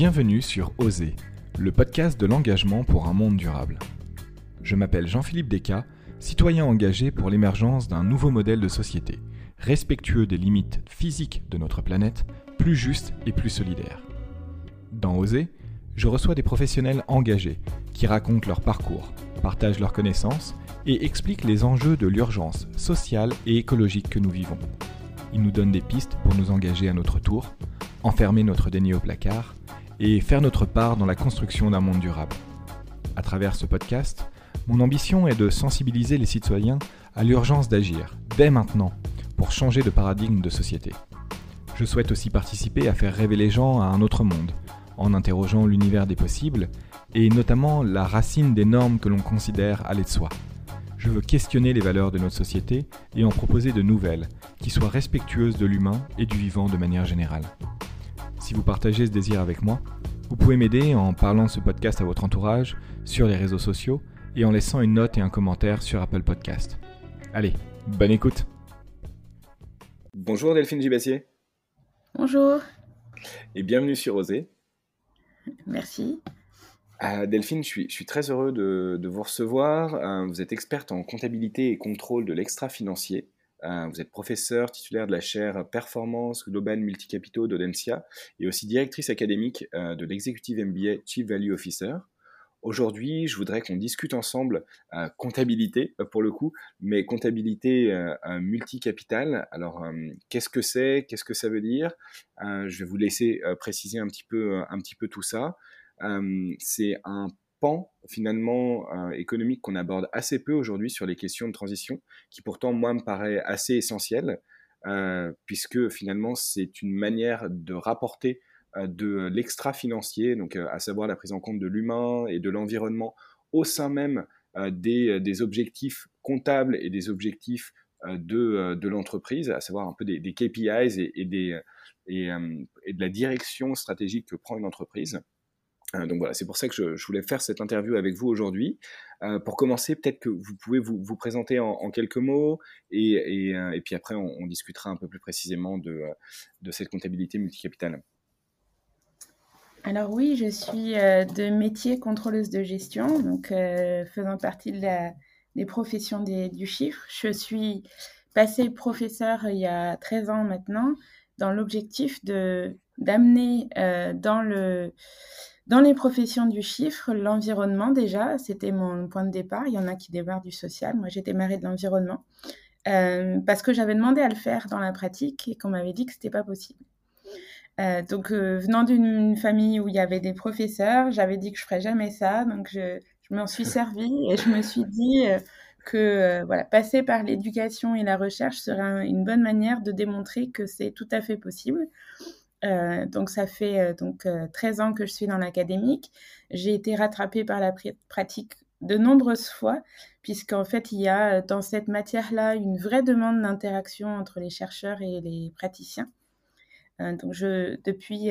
Bienvenue sur Oser, le podcast de l'engagement pour un monde durable. Je m'appelle Jean-Philippe Descas, citoyen engagé pour l'émergence d'un nouveau modèle de société, respectueux des limites physiques de notre planète, plus juste et plus solidaire. Dans Oser, je reçois des professionnels engagés qui racontent leur parcours, partagent leurs connaissances et expliquent les enjeux de l'urgence sociale et écologique que nous vivons. Ils nous donnent des pistes pour nous engager à notre tour, enfermer notre déni au placard et faire notre part dans la construction d'un monde durable. À travers ce podcast, mon ambition est de sensibiliser les citoyens à l'urgence d'agir, dès maintenant, pour changer de paradigme de société. Je souhaite aussi participer à faire rêver les gens à un autre monde, en interrogeant l'univers des possibles, et notamment la racine des normes que l'on considère aller de soi. Je veux questionner les valeurs de notre société et en proposer de nouvelles, qui soient respectueuses de l'humain et du vivant de manière générale. Si vous partagez ce désir avec moi, vous pouvez m'aider en parlant de ce podcast à votre entourage, sur les réseaux sociaux, et en laissant une note et un commentaire sur Apple Podcast. Allez, bonne écoute. Bonjour Delphine Gibassier. Bonjour. Et bienvenue sur Oser. Merci. Delphine, je suis très heureux de vous recevoir. Vous êtes experte en comptabilité et contrôle de l'extra-financier. Vous êtes professeure titulaire de la chaire Performance Global Multicapitaux d'Audencia et aussi directrice académique de l'Executive MBA Chief Value Officer. Aujourd'hui, je voudrais qu'on discute ensemble comptabilité, pour le coup, mais comptabilité multicapital. Alors, qu'est-ce que c'est? Qu'est-ce que ça veut dire? Je vais vous laisser préciser un petit peu tout ça. C'est un pan finalement économique qu'on aborde assez peu aujourd'hui sur les questions de transition, qui pourtant moi me paraît assez essentiel, puisque finalement c'est une manière de rapporter de l'extra-financier, donc à savoir la prise en compte de l'humain et de l'environnement au sein même des objectifs comptables et des objectifs de l'entreprise, à savoir un peu des KPIs et de la direction stratégique que prend une entreprise. Donc voilà, c'est pour ça que je voulais faire cette interview avec vous aujourd'hui. Pour commencer, peut-être que vous pouvez vous présenter en quelques mots et puis après on discutera un peu plus précisément de cette comptabilité multicapitale. Alors oui, je suis de métier contrôleuse de gestion, donc faisant partie des professions du chiffre. Je suis passée professeure il y a 13 ans maintenant, dans l'objectif d'amener dans les professions du chiffre, l'environnement déjà, c'était mon point de départ. Il y en a qui démarrent du social, moi j'ai démarré de l'environnement, parce que j'avais demandé à le faire dans la pratique et qu'on m'avait dit que c'était pas possible. Donc, venant d'une famille où il y avait des professeurs, j'avais dit que je ferais jamais ça, donc je m'en suis servie et je me suis dit que voilà, passer par l'éducation et la recherche serait une bonne manière de démontrer que c'est tout à fait possible. Donc ça fait 13 ans que je suis dans l'académique. J'ai été rattrapée par la pratique de nombreuses fois, puisqu'en fait, il y a dans cette matière-là une vraie demande d'interaction entre les chercheurs et les praticiens. Donc depuis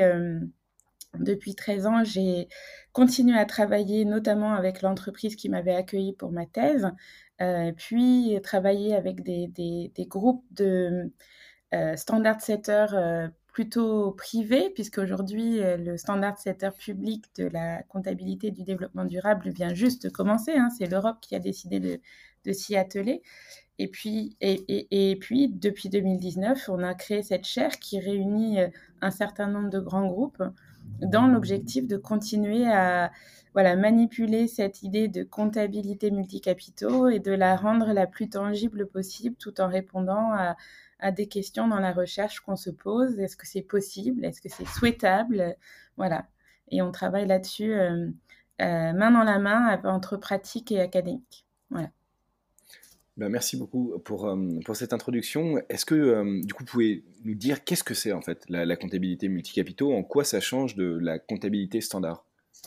13 ans, j'ai continué à travailler notamment avec l'entreprise qui m'avait accueillie pour ma thèse, puis travailler avec des groupes de standard setters plutôt privés, puisque aujourd'hui le standard setter public de la comptabilité et du développement durable vient juste de commencer. C'est l'Europe qui a décidé de s'y atteler. Et puis, depuis 2019, on a créé cette chaire qui réunit un certain nombre de grands groupes dans l'objectif de continuer à manipuler cette idée de comptabilité multicapitaux et de la rendre la plus tangible possible, tout en répondant à des questions dans la recherche qu'on se pose. Est-ce que c'est possible? Est-ce que c'est souhaitable? Voilà. Et on travaille là-dessus main dans la main entre pratique et académique. Voilà. Merci beaucoup pour cette introduction. Est-ce que du coup vous pouvez nous dire qu'est-ce que c'est en fait la comptabilité multicapitaux, en quoi ça change de la comptabilité standard?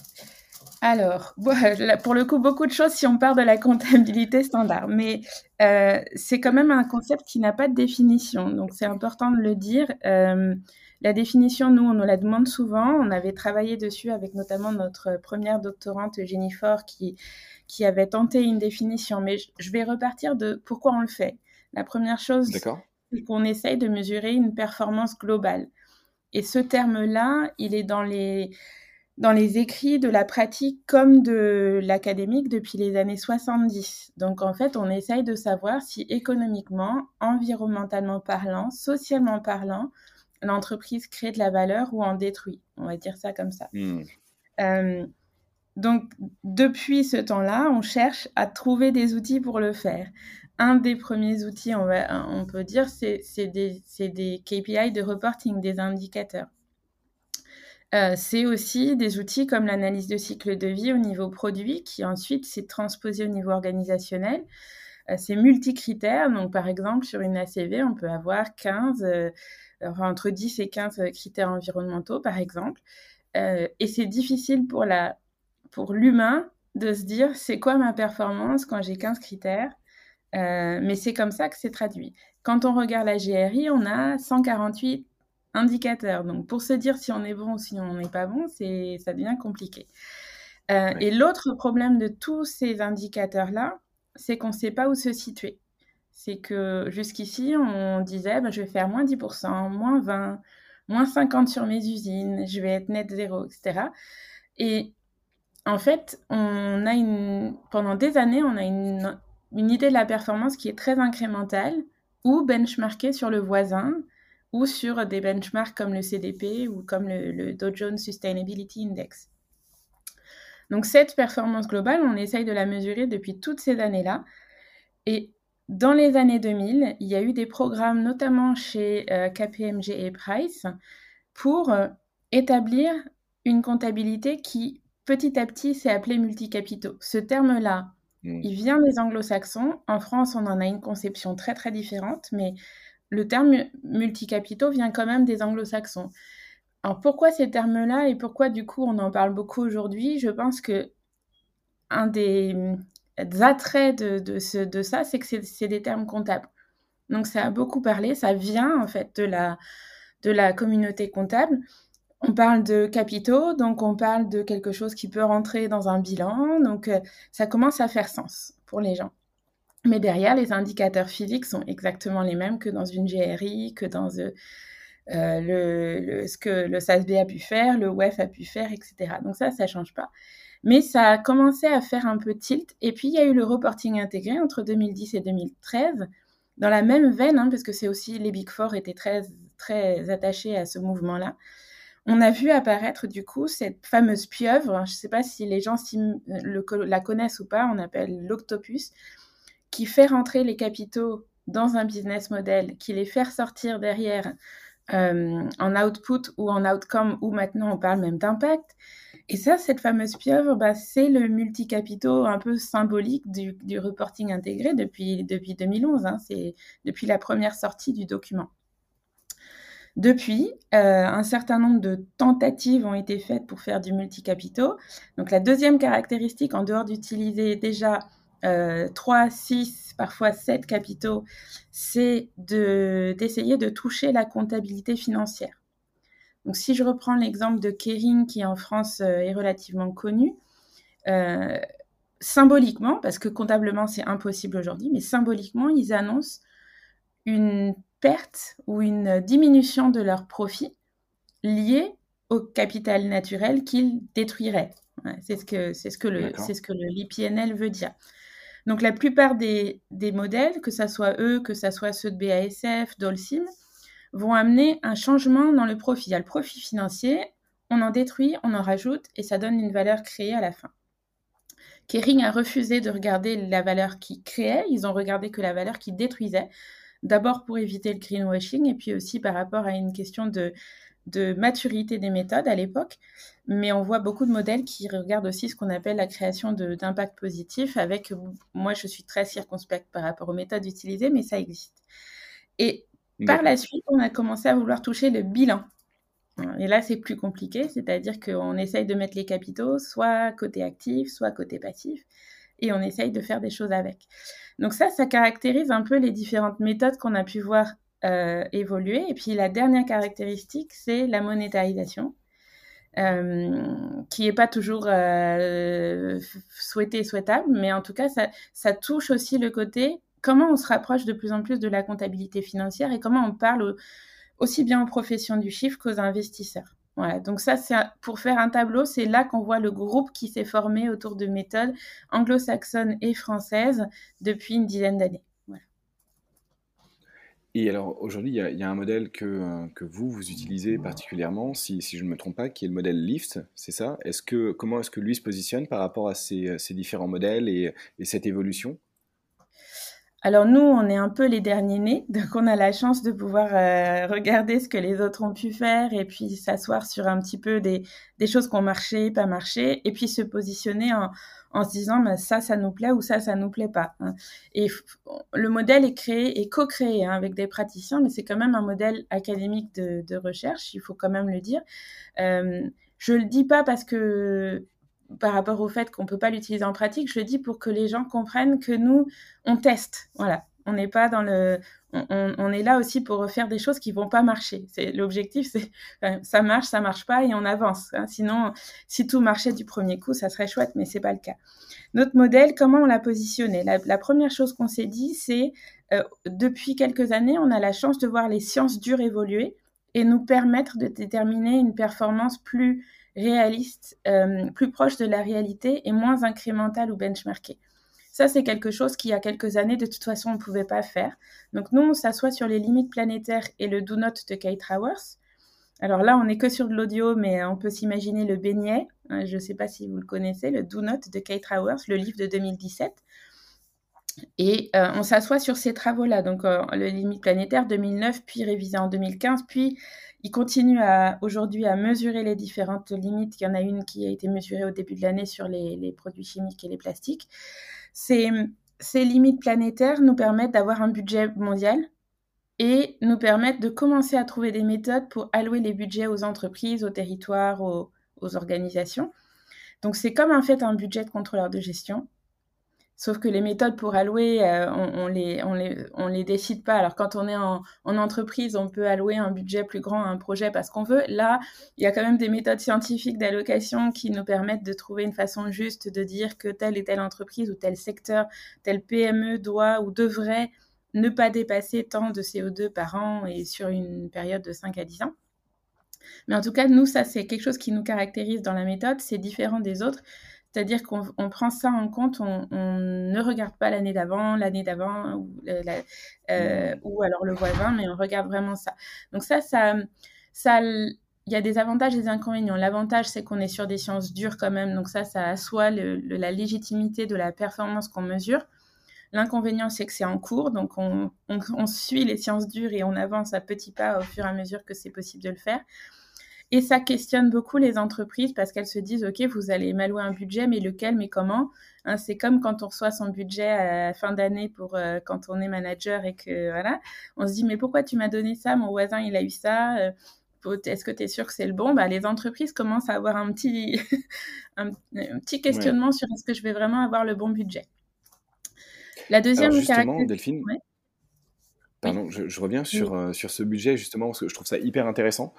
Alors, là, pour le coup, beaucoup de choses si on part de la comptabilité standard, mais c'est quand même un concept qui n'a pas de définition, donc c'est important de le dire. La définition, nous, on nous la demande souvent. On avait travaillé dessus avec notamment notre première doctorante, Eugénie Faure, qui avait tenté une définition, mais je vais repartir de pourquoi on le fait. La première chose, c'est qu'on essaye de mesurer une performance globale. Et ce terme-là, il est dans les dans les écrits de la pratique comme de l'académique depuis les années 70. Donc en fait, on essaye de savoir si économiquement, environnementalement parlant, socialement parlant, l'entreprise crée de la valeur ou en détruit. On va dire ça comme ça. Hmm. Euh, donc depuis ce temps-là, on cherche à trouver des outils pour le faire. Un des premiers outils, on peut dire, c'est des KPI de reporting, des indicateurs. C'est aussi des outils comme l'analyse de cycle de vie au niveau produit, qui ensuite s'est transposé au niveau organisationnel. C'est multicritères, donc par exemple sur une ACV, on peut avoir 15, entre 10 et 15 critères environnementaux par exemple. Et c'est difficile pour l'humain de se dire c'est quoi ma performance quand j'ai 15 critères, mais c'est comme ça que c'est traduit. Quand on regarde la GRI, on a 148 indicateurs. Donc, pour se dire si on est bon ou si on n'est pas bon, ça devient compliqué. Ouais. Et l'autre problème de tous ces indicateurs-là, c'est qu'on ne sait pas où se situer. C'est que jusqu'ici, on disait, je vais faire moins 10%, moins 20, moins 50 sur mes usines, je vais être net zéro, etc. Et en fait, pendant des années, on a une idée de la performance qui est très incrémentale ou benchmarkée sur le voisin ou sur des benchmarks comme le CDP ou comme le Dow Jones Sustainability Index. Donc cette performance globale, on essaye de la mesurer depuis toutes ces années-là. Et dans les années 2000, il y a eu des programmes, notamment chez KPMG et Price, pour établir une comptabilité qui, petit à petit, s'est appelée multicapitaux. Ce terme-là, il vient des anglo-saxons. En France, on en a une conception très, très différente, mais le terme multicapitaux vient quand même des anglo-saxons. Alors, pourquoi ces termes-là et pourquoi, du coup, on en parle beaucoup aujourd'hui? Je pense que un des attraits de ça, c'est que c'est des termes comptables. Donc, ça a beaucoup parlé. Ça vient, en fait, de la communauté comptable. On parle de capitaux, donc on parle de quelque chose qui peut rentrer dans un bilan. Donc, ça commence à faire sens pour les gens. Mais derrière, les indicateurs physiques sont exactement les mêmes que dans une GRI, que dans ce que le SASB a pu faire, le WEF a pu faire, etc. Donc ça ne change pas. Mais ça a commencé à faire un peu tilt. Et puis, il y a eu le reporting intégré entre 2010 et 2013, dans la même veine, parce que c'est aussi les Big Four étaient très, très attachés à ce mouvement-là. On a vu apparaître du coup cette fameuse pieuvre, je ne sais pas si les gens la connaissent ou pas, on appelle l'octopus, qui fait rentrer les capitaux dans un business model, qui les fait ressortir derrière en output ou en outcome, ou maintenant on parle même d'impact. Et ça, cette fameuse pieuvre, c'est le multicapitaux un peu symbolique du reporting intégré depuis 2011, c'est depuis la première sortie du document. Depuis, un certain nombre de tentatives ont été faites pour faire du multicapitaux. Donc la deuxième caractéristique, en dehors d'utiliser déjà 3, 6, parfois 7 capitaux, c'est d'essayer de toucher la comptabilité financière. Donc si je reprends l'exemple de Kering, qui en France est relativement connu, symboliquement, parce que comptablement c'est impossible aujourd'hui, mais symboliquement, ils annoncent une perte ou une diminution de leurs profits liés au capital naturel qu'ils détruiraient. Ouais, c'est ce que le LIPNL veut dire. Donc la plupart des modèles, que ce soit eux, que ce soit ceux de BASF, Dolcim, vont amener un changement dans le profit. Il y a le profit financier, on en détruit, on en rajoute, et ça donne une valeur créée à la fin. Kering a refusé de regarder la valeur qu'ils créaient, ils ont regardé que la valeur qu'ils détruisaient. D'abord pour éviter le greenwashing et puis aussi par rapport à une question de maturité des méthodes à l'époque. Mais on voit beaucoup de modèles qui regardent aussi ce qu'on appelle la création d'impact positif avec, moi je suis très circonspecte par rapport aux méthodes utilisées, mais ça existe. Et par la suite, on a commencé à vouloir toucher le bilan. Et là, c'est plus compliqué, c'est-à-dire qu'on essaye de mettre les capitaux soit côté actif, soit côté passif, et on essaye de faire des choses avec. Donc ça caractérise un peu les différentes méthodes qu'on a pu voir évoluer. Et puis la dernière caractéristique, c'est la monétarisation, qui n'est pas toujours souhaitable, mais en tout cas, ça touche aussi le côté comment on se rapproche de plus en plus de la comptabilité financière et comment on parle aussi bien aux professions du chiffre qu'aux investisseurs. Voilà, donc ça, pour faire un tableau, c'est là qu'on voit le groupe qui s'est formé autour de méthodes anglo-saxonnes et françaises depuis une dizaine d'années. Voilà. Et alors aujourd'hui, il y a un modèle que vous utilisez particulièrement, si je ne me trompe pas, qui est le modèle LIFT, c'est ça? Comment est-ce que lui se positionne par rapport à ces différents modèles et cette évolution? Alors nous, on est un peu les derniers nés, donc on a la chance de pouvoir regarder ce que les autres ont pu faire et puis s'asseoir sur un petit peu des choses qui ont marché, pas marché, et puis se positionner en se disant bah, ça nous plaît ou ça nous plaît pas. Hein. Et le modèle est créé et co-créé hein, avec des praticiens, mais c'est quand même un modèle académique de recherche, il faut quand même le dire. Je le dis pas parce que par rapport au fait qu'on peut pas l'utiliser en pratique, je le dis pour que les gens comprennent que nous, on teste. Voilà. On n'est pas dans le. On est là aussi pour faire des choses qui vont pas marcher. L'objectif, c'est ça marche pas et on avance. Hein. Sinon, si tout marchait du premier coup, ça serait chouette, mais c'est pas le cas. Notre modèle, comment on l'a positionné la première chose qu'on s'est dit, c'est depuis quelques années, on a la chance de voir les sciences dures évoluer et nous permettre de déterminer une performance plus réaliste, plus proche de la réalité et moins incrémentale ou benchmarkée. Ça, c'est quelque chose qui, il y a quelques années, de toute façon, on ne pouvait pas faire. Donc, nous, on s'assoit sur les limites planétaires et le do not de Kate Raworth. Alors là, on n'est que sur de l'audio, mais on peut s'imaginer le beignet. Je ne sais pas si vous le connaissez, le do not de Kate Raworth, le livre de 2017. Et on s'assoit sur ces travaux-là. Donc, le limite planétaire 2009, puis révisé en 2015, puis il continue aujourd'hui à mesurer les différentes limites. Il y en a une qui a été mesurée au début de l'année sur les produits chimiques et les plastiques. Ces limites planétaires nous permettent d'avoir un budget mondial et nous permettent de commencer à trouver des méthodes pour allouer les budgets aux entreprises, aux territoires, aux organisations. Donc, c'est comme en fait un budget de contrôleur de gestion. Sauf que les méthodes pour allouer, on les décide pas. Alors quand on est en entreprise, on peut allouer un budget plus grand à un projet parce qu'on veut. Là, il y a quand même des méthodes scientifiques d'allocation qui nous permettent de trouver une façon juste de dire que telle et telle entreprise ou tel secteur, tel PME doit ou devrait ne pas dépasser tant de CO2 par an et sur une période de 5 à 10 ans. Mais en tout cas, nous, ça, c'est quelque chose qui nous caractérise dans la méthode. C'est différent des autres. C'est-à-dire qu'on prend ça en compte, on ne regarde pas l'année d'avant ou alors le voisin, mais on regarde vraiment ça. Donc ça, il y a des avantages et des inconvénients. L'avantage, c'est qu'on est sur des sciences dures quand même, donc ça assoit la légitimité de la performance qu'on mesure. L'inconvénient, c'est que c'est en cours, donc on suit les sciences dures et on avance à petits pas au fur et à mesure que c'est possible de le faire. Et ça questionne beaucoup les entreprises parce qu'elles se disent, OK, vous allez m'allouer un budget, mais lequel, mais comment hein, c'est comme quand on reçoit son budget à la fin d'année pour quand on est manager et que, voilà, on se dit, mais pourquoi tu m'as donné ça? Mon voisin, il a eu ça. Est-ce que tu es sûr que c'est le bon Les entreprises commencent à avoir un petit, un petit questionnement sur est-ce que je vais vraiment avoir le bon budget. La deuxième Alors justement, caractéristique... Delphine, Ouais. pardon, je reviens sur ce budget justement parce que je trouve ça hyper intéressant.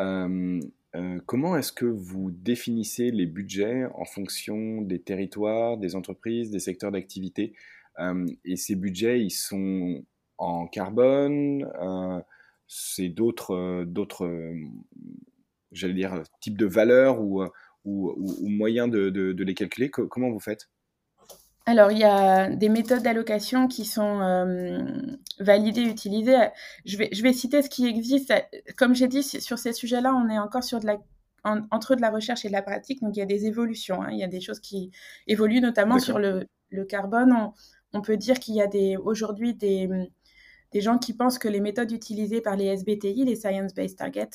Comment est-ce que vous définissez les budgets en fonction des territoires, des entreprises, des secteurs d'activité? Et ces budgets, ils sont en carbone, c'est d'autres, j'allais dire, types de valeurs ou moyens de les calculer. Comment vous faites? Alors, il y a des méthodes d'allocation qui sont validées, utilisées. Je vais citer ce qui existe. Comme j'ai dit, sur ces sujets-là, on est encore sur entre de la recherche et de la pratique, donc il y a des évolutions. Hein. Il y a des choses qui évoluent, notamment sur D'accord. le carbone. On peut dire qu'il y a aujourd'hui des gens qui pensent que les méthodes utilisées par les SBTI, les Science-Based Targets,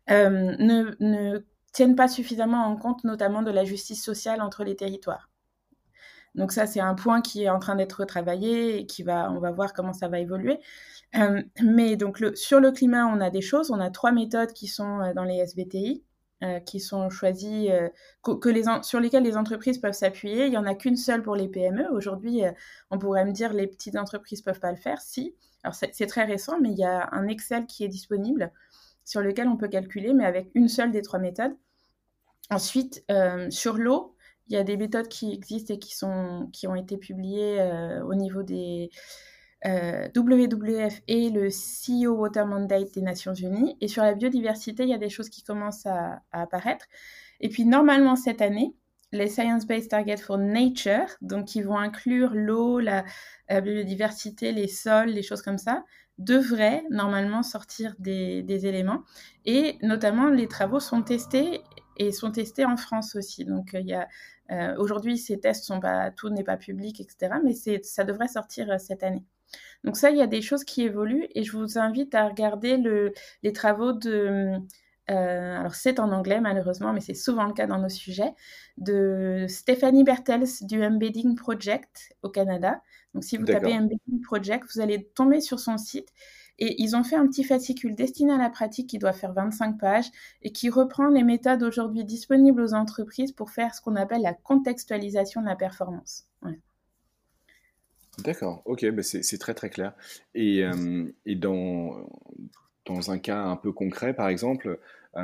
ne tiennent pas suffisamment en compte notamment de la justice sociale entre les territoires. Donc ça, c'est un point qui est en train d'être travaillé et on va voir comment ça va évoluer. Mais donc sur le climat, on a des choses. On a 3 méthodes qui sont dans les SBTI, qui sont choisies, sur lesquelles les entreprises peuvent s'appuyer. Il n'y en a qu'une seule pour les PME. Aujourd'hui, on pourrait me dire les petites entreprises ne peuvent pas le faire. Si. Alors c'est très récent, mais il y a un Excel qui est disponible sur lequel on peut calculer, mais avec une seule des 3 méthodes. Ensuite, sur l'eau, il y a des méthodes qui existent et qui ont été publiées au niveau des WWF est le CEO Water Mandate des Nations Unies. Et sur la biodiversité, il y a des choses qui commencent à apparaître. Et puis, normalement, cette année, les Science-Based Targets for Nature, donc qui vont inclure l'eau, la biodiversité, les sols, les choses comme ça, devraient normalement sortir des éléments. Et notamment, les travaux sont testés et sont testés en France aussi. Donc, il y a aujourd'hui, ces tests sont pas, tout n'est pas public, etc. Mais ça devrait sortir cette année. Donc ça, il y a des choses qui évoluent et je vous invite à regarder les travaux de... alors c'est en anglais malheureusement, mais c'est souvent le cas dans nos sujets, de Stéphanie Bertels du Embedding Project au Canada. Donc si vous tapez Embedding Project, vous allez tomber sur son site. Et ils ont fait un petit fascicule destiné à la pratique qui doit faire 25 pages et qui reprend les méthodes aujourd'hui disponibles aux entreprises pour faire ce qu'on appelle la contextualisation de la performance. Ouais. D'accord, ok, bah c'est très très clair. Et dans un cas un peu concret, par exemple,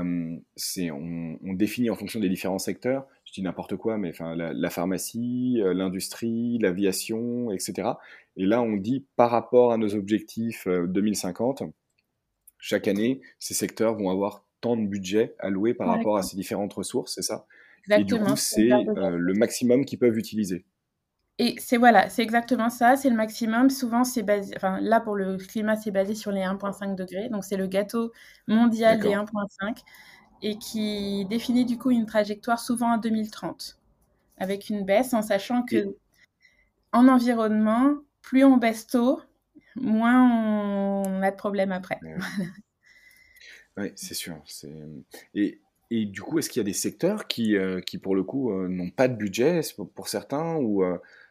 on définit en fonction des différents secteurs, je dis n'importe quoi, mais enfin, la pharmacie, l'industrie, l'aviation, etc. Et là, on dit par rapport à nos objectifs 2050, chaque année, ces secteurs vont avoir tant de budget alloué par rapport à D'accord. ces différentes ressources, c'est ça? Et du coup, Exactement, c'est une paire c'est de gants. le maximum qu'ils peuvent utiliser. Et c'est exactement ça, c'est le maximum. Souvent, c'est basé, enfin là pour le climat, c'est basé sur les 1,5 degrés. Donc c'est le gâteau mondial des D'accord. 1,5 et qui définit du coup une trajectoire souvent à 2030 avec une baisse en sachant Et, que en environnement, plus on baisse tôt, moins on a de problèmes après. ouais, ouais, c'est sûr. Et, et du coup, est-ce qu'il y a des secteurs qui pour le coup, n'ont pas de budget pour certains ou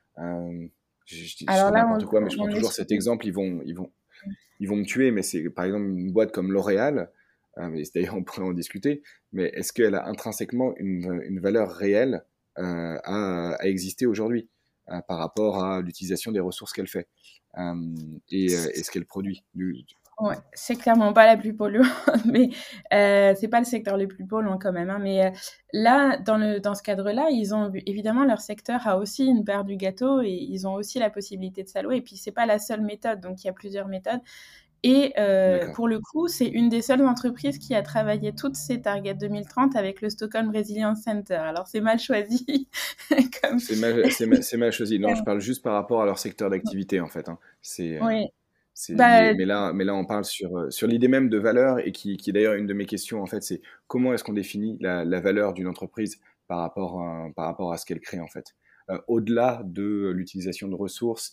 je Alors dis là, n'importe quoi, mais je prends on est toujours sur cet des... exemple. Ils vont me tuer, mais c'est par exemple une boîte comme L'Oréal. Mais d'ailleurs, on pourrait en discuter. Mais est-ce qu'elle a intrinsèquement une valeur réelle à exister aujourd'hui par rapport à l'utilisation des ressources qu'elle fait et ce qu'elle produit? Ouais, c'est clairement pas la plus polluante, mais c'est pas le secteur le plus polluant quand même, hein, mais là, dans ce cadre-là, ils ont évidemment leur secteur a aussi une part du gâteau et ils ont aussi la possibilité de s'allouer. Et puis c'est pas la seule méthode, donc il y a plusieurs méthodes. Et D'accord. pour le coup, c'est une des seules entreprises qui a travaillé toutes ses targets 2030 avec le Stockholm Resilience Center. Alors c'est mal choisi, comme... C'est mal choisi. Non, je parle juste par rapport à leur secteur d'activité, en fait, hein. Oui, C'est bah, mais là, on parle sur l'idée même de valeur et qui est d'ailleurs une de mes questions, en fait, c'est comment est-ce qu'on définit la valeur d'une entreprise par rapport à ce qu'elle crée, en fait. Au-delà de l'utilisation de ressources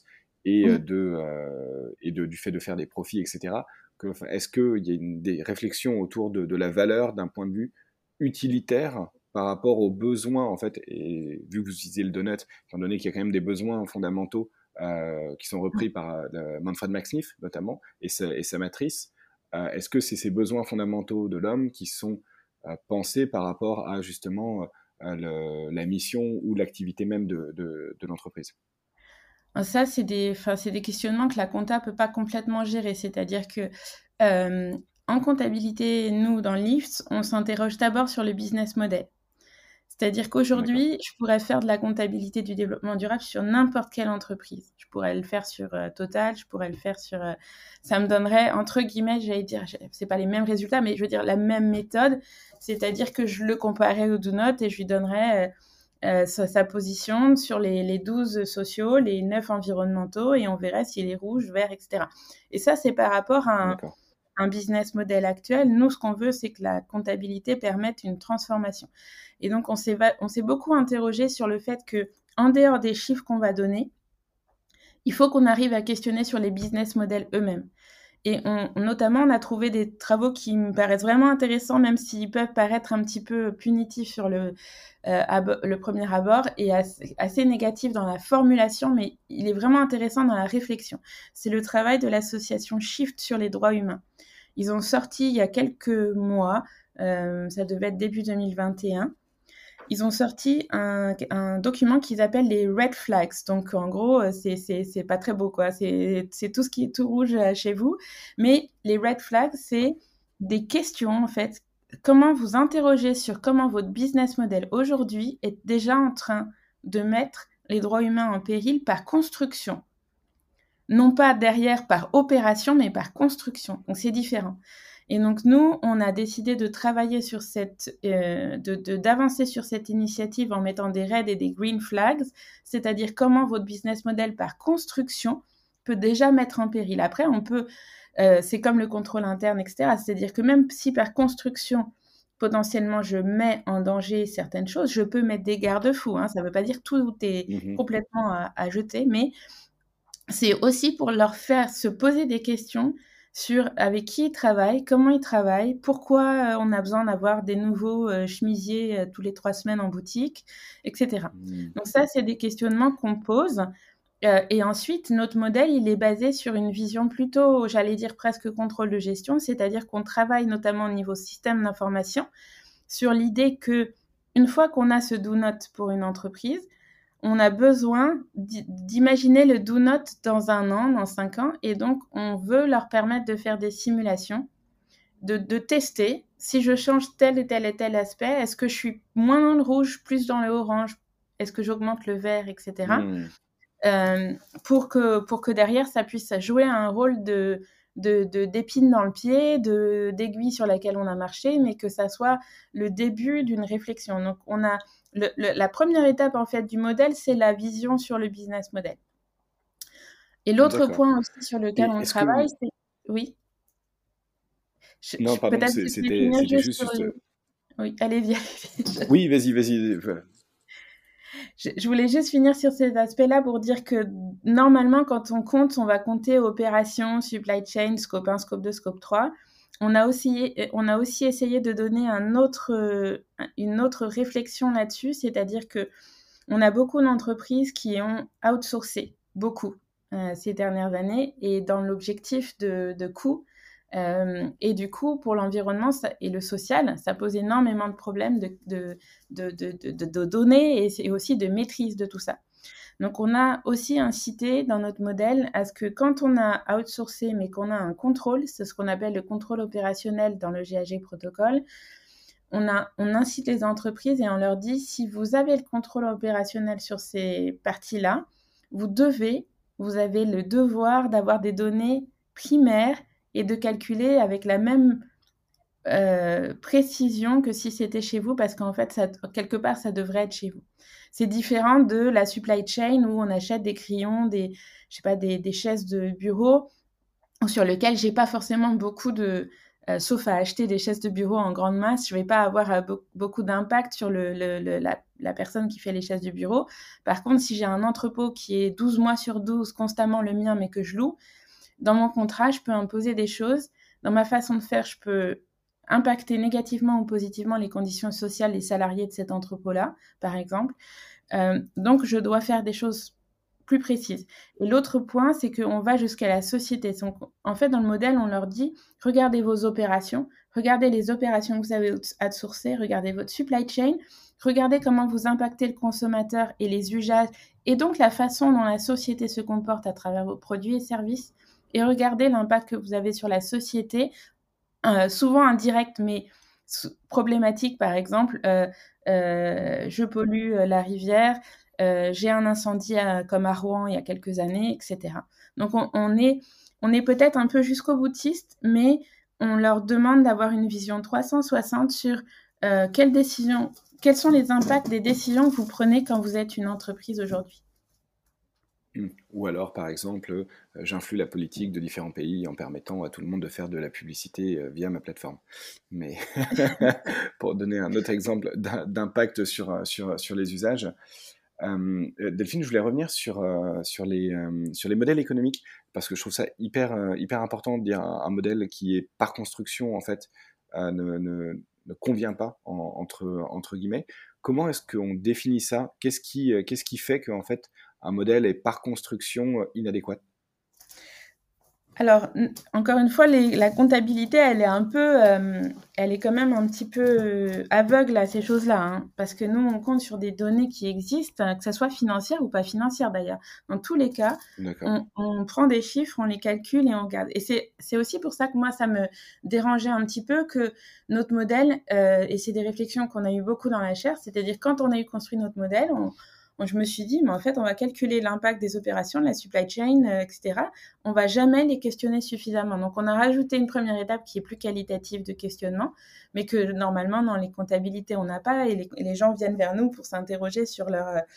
du fait de faire des profits, etc. Enfin, est-ce qu'il y a des réflexions autour de la valeur d'un point de vue utilitaire par rapport aux besoins, en fait, et vu que vous utilisez le donut, étant donné qu'il y a quand même des besoins fondamentaux qui sont repris par Manfred Max Neef notamment et sa matrice. Est-ce que c'est ces besoins fondamentaux de l'homme qui sont pensés par rapport à justement la mission ou l'activité même de l'entreprise? ça, c'est des questionnements que la compta peut pas complètement gérer. C'est-à-dire que en comptabilité, nous, dans Lift, on s'interroge d'abord sur le business model. C'est-à-dire D'accord. qu'aujourd'hui, je pourrais faire de la comptabilité du développement durable sur n'importe quelle entreprise. Je pourrais le faire sur Total, je pourrais le faire sur... ça me donnerait, entre guillemets, j'allais dire, c'est pas les mêmes résultats, mais je veux dire la même méthode. C'est-à-dire que je le comparais au Donut et je lui donnerais sa position sur les 12 sociaux, les 9 environnementaux, et on verrait s'il est rouge, vert, etc. Et ça, c'est par rapport à D'accord. un business model actuel. Nous, ce qu'on veut, c'est que la comptabilité permette une transformation. Et donc, on s'est beaucoup interrogé sur le fait que, en dehors des chiffres qu'on va donner, il faut qu'on arrive à questionner sur les business models eux-mêmes. Et notamment, on a trouvé des travaux qui me paraissent vraiment intéressants, même s'ils peuvent paraître un petit peu punitifs sur le premier abord et assez négatifs dans la formulation, mais il est vraiment intéressant dans la réflexion. C'est le travail de l'association Shift sur les droits humains. Ils ont sorti il y a quelques mois, ça devait être début 2021, ils ont sorti un document qu'ils appellent les red flags. Donc, en gros, c'est pas très beau, quoi. C'est tout ce qui est tout rouge chez vous. Mais les red flags, c'est des questions, en fait. Comment vous interroger sur comment votre business model aujourd'hui est déjà en train de mettre les droits humains en péril par construction. non pas derrière par opération, mais par construction. Donc, c'est différent. Et donc, nous, on a décidé de travailler sur d'avancer sur cette initiative en mettant des red et des green flags, c'est-à-dire comment votre business model par construction peut déjà mettre en péril. Après, c'est comme le contrôle interne, etc. C'est-à-dire que même si par construction, potentiellement, je mets en danger certaines choses, je peux mettre des garde-fous. Ça ne veut pas dire que tout est complètement à jeter, mais c'est aussi pour leur faire se poser des questions sur avec qui ils travaillent, comment ils travaillent, pourquoi on a besoin d'avoir des nouveaux chemisiers tous les 3 semaines en boutique, etc. Donc ça, c'est des questionnements qu'on pose. Et ensuite, notre modèle, il est basé sur une vision plutôt, j'allais dire presque contrôle de gestion, c'est-à-dire qu'on travaille notamment au niveau système d'information sur l'idée que une fois qu'on a ce do not pour une entreprise, on a besoin d'imaginer le do not dans 1 an, dans 5 ans, et donc on veut leur permettre de faire des simulations, de tester si je change tel et tel et tel aspect, est-ce que je suis moins dans le rouge, plus dans le orange, est-ce que j'augmente le vert, etc. Pour que derrière, ça puisse jouer un rôle d'épine dans le pied, d'aiguille sur laquelle on a marché, mais que ça soit le début d'une réflexion. Donc, on a la première étape, en fait, du modèle, c'est la vision sur le business model. Et l'autre point aussi sur lequel on travaille, c'est... Oui. Non, pardon, c'était juste... Oui, allez-y. Oui, vas-y. Je voulais juste finir sur ces aspects-là pour dire que normalement, quand on compte, on va compter opérations, supply chain, scope 1, scope 2, scope 3. On a aussi essayé de donner une autre réflexion là-dessus, c'est-à-dire que on a beaucoup d'entreprises qui ont outsourcé beaucoup ces dernières années et dans l'objectif de coût. Et du coup, pour l'environnement et le social, ça pose énormément de problèmes de données et aussi de maîtrise de tout ça. Donc, on a aussi incité dans notre modèle à ce que quand on a outsourcé, mais qu'on a un contrôle, c'est ce qu'on appelle le contrôle opérationnel dans le GHG protocole, on incite les entreprises et on leur dit, si vous avez le contrôle opérationnel sur ces parties-là, vous avez le devoir d'avoir des données primaires et de calculer avec la même précision que si c'était chez vous, parce qu'en fait, quelque part, ça devrait être chez vous. C'est différent de la supply chain où on achète des crayons, des chaises de bureau sur lesquelles j'ai pas forcément beaucoup de... sauf à acheter des chaises de bureau en grande masse, je vais pas avoir beaucoup d'impact sur la personne qui fait les chaises de bureau. Par contre, si j'ai un entrepôt qui est 12 mois sur 12 constamment le mien, mais que je loue, dans mon contrat, je peux imposer des choses. Dans ma façon de faire, je peux impacter négativement ou positivement les conditions sociales des salariés de cet entrepôt-là, par exemple. Donc, je dois faire des choses plus précises. Et l'autre point, c'est qu'on va jusqu'à la société. Donc, en fait, dans le modèle, on leur dit, regardez vos opérations, regardez les opérations que vous avez outsourcées, regardez votre supply chain, regardez comment vous impactez le consommateur et les usages, et donc la façon dont la société se comporte à travers vos produits et services, et regardez l'impact que vous avez sur la société, souvent indirect, mais problématique, par exemple, je pollue la rivière, j'ai un incendie comme à Rouen il y a quelques années, etc. Donc, on est peut-être un peu jusqu'au boutiste, mais on leur demande d'avoir une vision 360 sur quels sont les impacts des décisions que vous prenez quand vous êtes une entreprise aujourd'hui. Ou alors, par exemple, j'influe la politique de différents pays en permettant à tout le monde de faire de la publicité via ma plateforme. Mais pour donner un autre exemple d'impact sur les usages, Delphine, je voulais revenir sur les modèles économiques, parce que je trouve ça hyper important de dire un modèle qui est par construction, en fait, ne convient pas, entre guillemets. Comment est-ce qu'on définit ça? Qu'est-ce qui fait qu'en fait, un modèle est par construction inadéquat? Alors, encore une fois, la comptabilité, elle est quand même un petit peu aveugle à ces choses-là, parce que nous, on compte sur des données qui existent, que ce soit financières ou pas financières d'ailleurs. Dans tous les cas, on prend des chiffres, on les calcule et on regarde. Et c'est aussi pour ça que moi, ça me dérangeait un petit peu que notre modèle, et c'est des réflexions qu'on a eu beaucoup dans la chaire, c'est-à-dire quand on a eu construit notre modèle, je me suis dit, mais en fait, on va calculer l'impact des opérations, de la supply chain, etc. On va jamais les questionner suffisamment. Donc, on a rajouté une première étape qui est plus qualitative de questionnement, mais que normalement, dans les comptabilités, on n'a pas. Et les gens viennent vers nous pour s'interroger sur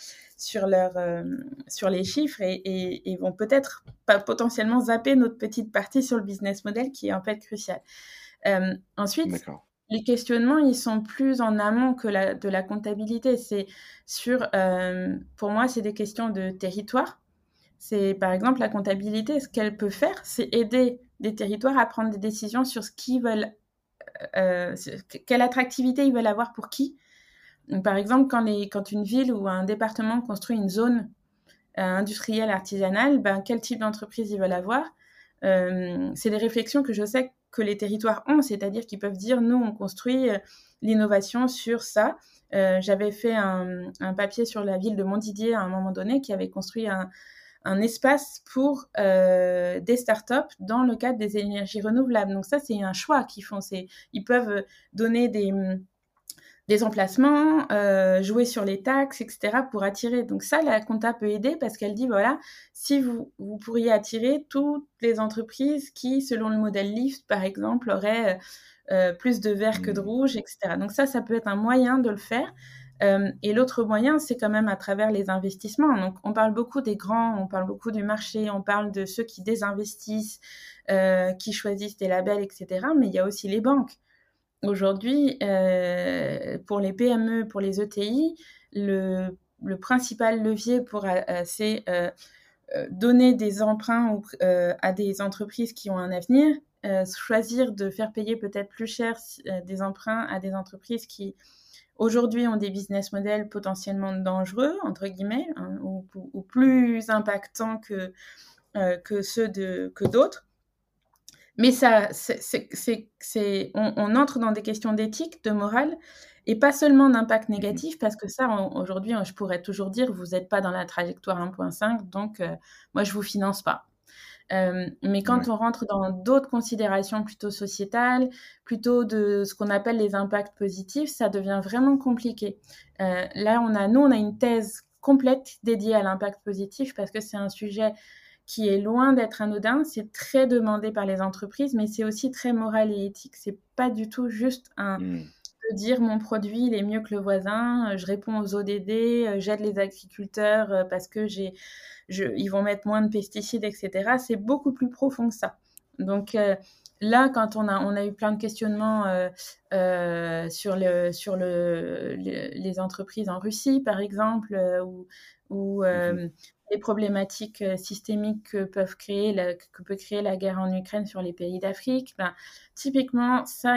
les chiffres et vont peut-être potentiellement zapper notre petite partie sur le business model qui est en fait crucial. Ensuite, D'accord. les questionnements, ils sont plus en amont que de la comptabilité. C'est pour moi, c'est des questions de territoire. C'est par exemple la comptabilité, ce qu'elle peut faire, c'est aider des territoires à prendre des décisions sur ce qu'ils veulent, quelle attractivité ils veulent avoir pour qui. Donc, par exemple, quand une ville ou un département construit une zone industrielle, artisanale, ben, quel type d'entreprise ils veulent avoir. C'est des réflexions que je sais que les territoires ont, c'est-à-dire qu'ils peuvent dire, nous, on construit l'innovation sur ça. J'avais fait un papier sur la ville de Montdidier à un moment donné qui avait construit un espace pour des startups dans le cadre des énergies renouvelables. Donc ça, c'est un choix qu'ils font. Ils peuvent donner des emplacements, jouer sur les taxes, etc. pour attirer. Donc ça, la compta peut aider parce qu'elle dit, voilà, si vous pourriez attirer toutes les entreprises qui, selon le modèle LIFT, par exemple, auraient plus de vert que de rouge, etc. Donc ça peut être un moyen de le faire. Et l'autre moyen, c'est quand même à travers les investissements. Donc on parle beaucoup des grands, on parle beaucoup du marché, on parle de ceux qui désinvestissent, qui choisissent des labels, etc. Mais il y a aussi les banques. Aujourd'hui, pour les PME, pour les ETI, le principal levier c'est donner des emprunts à des entreprises qui ont un avenir, choisir de faire payer peut-être plus cher des emprunts à des entreprises qui, aujourd'hui, ont des business models potentiellement dangereux, entre guillemets, hein, ou plus impactants que d'autres. Mais ça, on entre dans des questions d'éthique, de morale, et pas seulement d'impact négatif, parce que ça, aujourd'hui, je pourrais toujours dire, vous n'êtes pas dans la trajectoire 1.5, donc moi, je ne vous finance pas. Mais quand on rentre dans d'autres considérations plutôt sociétales, plutôt de ce qu'on appelle les impacts positifs, ça devient vraiment compliqué. Là, on a une thèse complète dédiée à l'impact positif, parce que c'est un sujet qui est loin d'être anodin, c'est très demandé par les entreprises, mais c'est aussi très moral et éthique. C'est pas du tout juste de dire mon produit il est mieux que le voisin, je réponds aux ODD, j'aide les agriculteurs parce que ils vont mettre moins de pesticides, etc. C'est beaucoup plus profond que ça. Donc là, quand on a eu plein de questionnements sur les entreprises en Russie, par exemple, ou les problématiques systémiques que peut créer la guerre en Ukraine sur les pays d'Afrique, ben, typiquement, ça,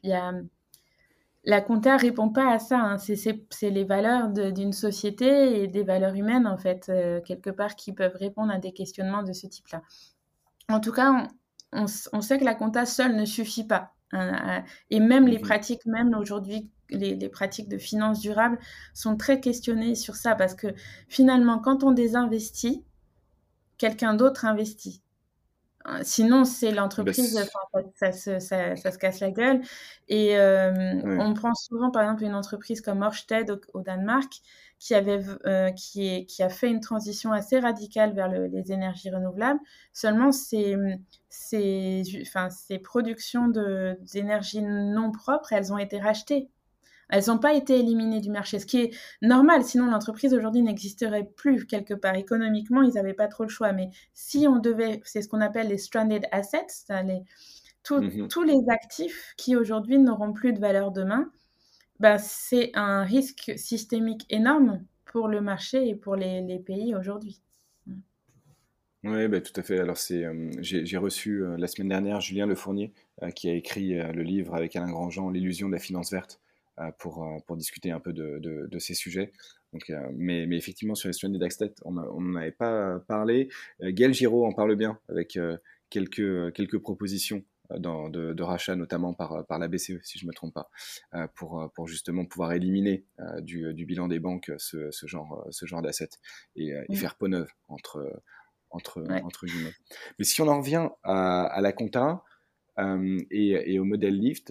la compta répond pas à ça. Hein. C'est les valeurs d'une société et des valeurs humaines, en fait, quelque part, qui peuvent répondre à des questionnements de ce type-là. En tout cas, on sait que la compta seule ne suffit pas. Hein, et même les pratiques, même aujourd'hui, les pratiques de finance durable sont très questionnées sur ça parce que finalement, quand on désinvestit, quelqu'un d'autre investit. Sinon, c'est l'entreprise, ça se casse la gueule. Et on prend souvent, par exemple, une entreprise comme Ørsted au Danemark, qui a fait une transition assez radicale vers les énergies renouvelables. Seulement, ces productions d'énergie non propre, elles ont été rachetées. Elles n'ont pas été éliminées du marché, ce qui est normal, sinon l'entreprise aujourd'hui n'existerait plus quelque part. Économiquement, ils n'avaient pas trop le choix. Mais si on devait, c'est ce qu'on appelle les stranded assets, tous les actifs qui aujourd'hui n'auront plus de valeur demain, ben, c'est un risque systémique énorme pour le marché et pour les pays aujourd'hui. Oui, bah, tout à fait. Alors j'ai reçu la semaine dernière Julien Lefournier qui a écrit le livre avec Alain Grandjean, L'illusion de la finance verte, pour discuter un peu de ces sujets. Donc, mais effectivement, sur les stranded assets, on n'en avait pas parlé. Gaël Giraud en parle bien avec quelques propositions de rachat, notamment par la BCE, si je ne me trompe pas, pour justement pouvoir éliminer du bilan des banques ce genre d'assets et faire peau neuve entre guillemets. Mais si on en revient à la compta et au modèle LIFT,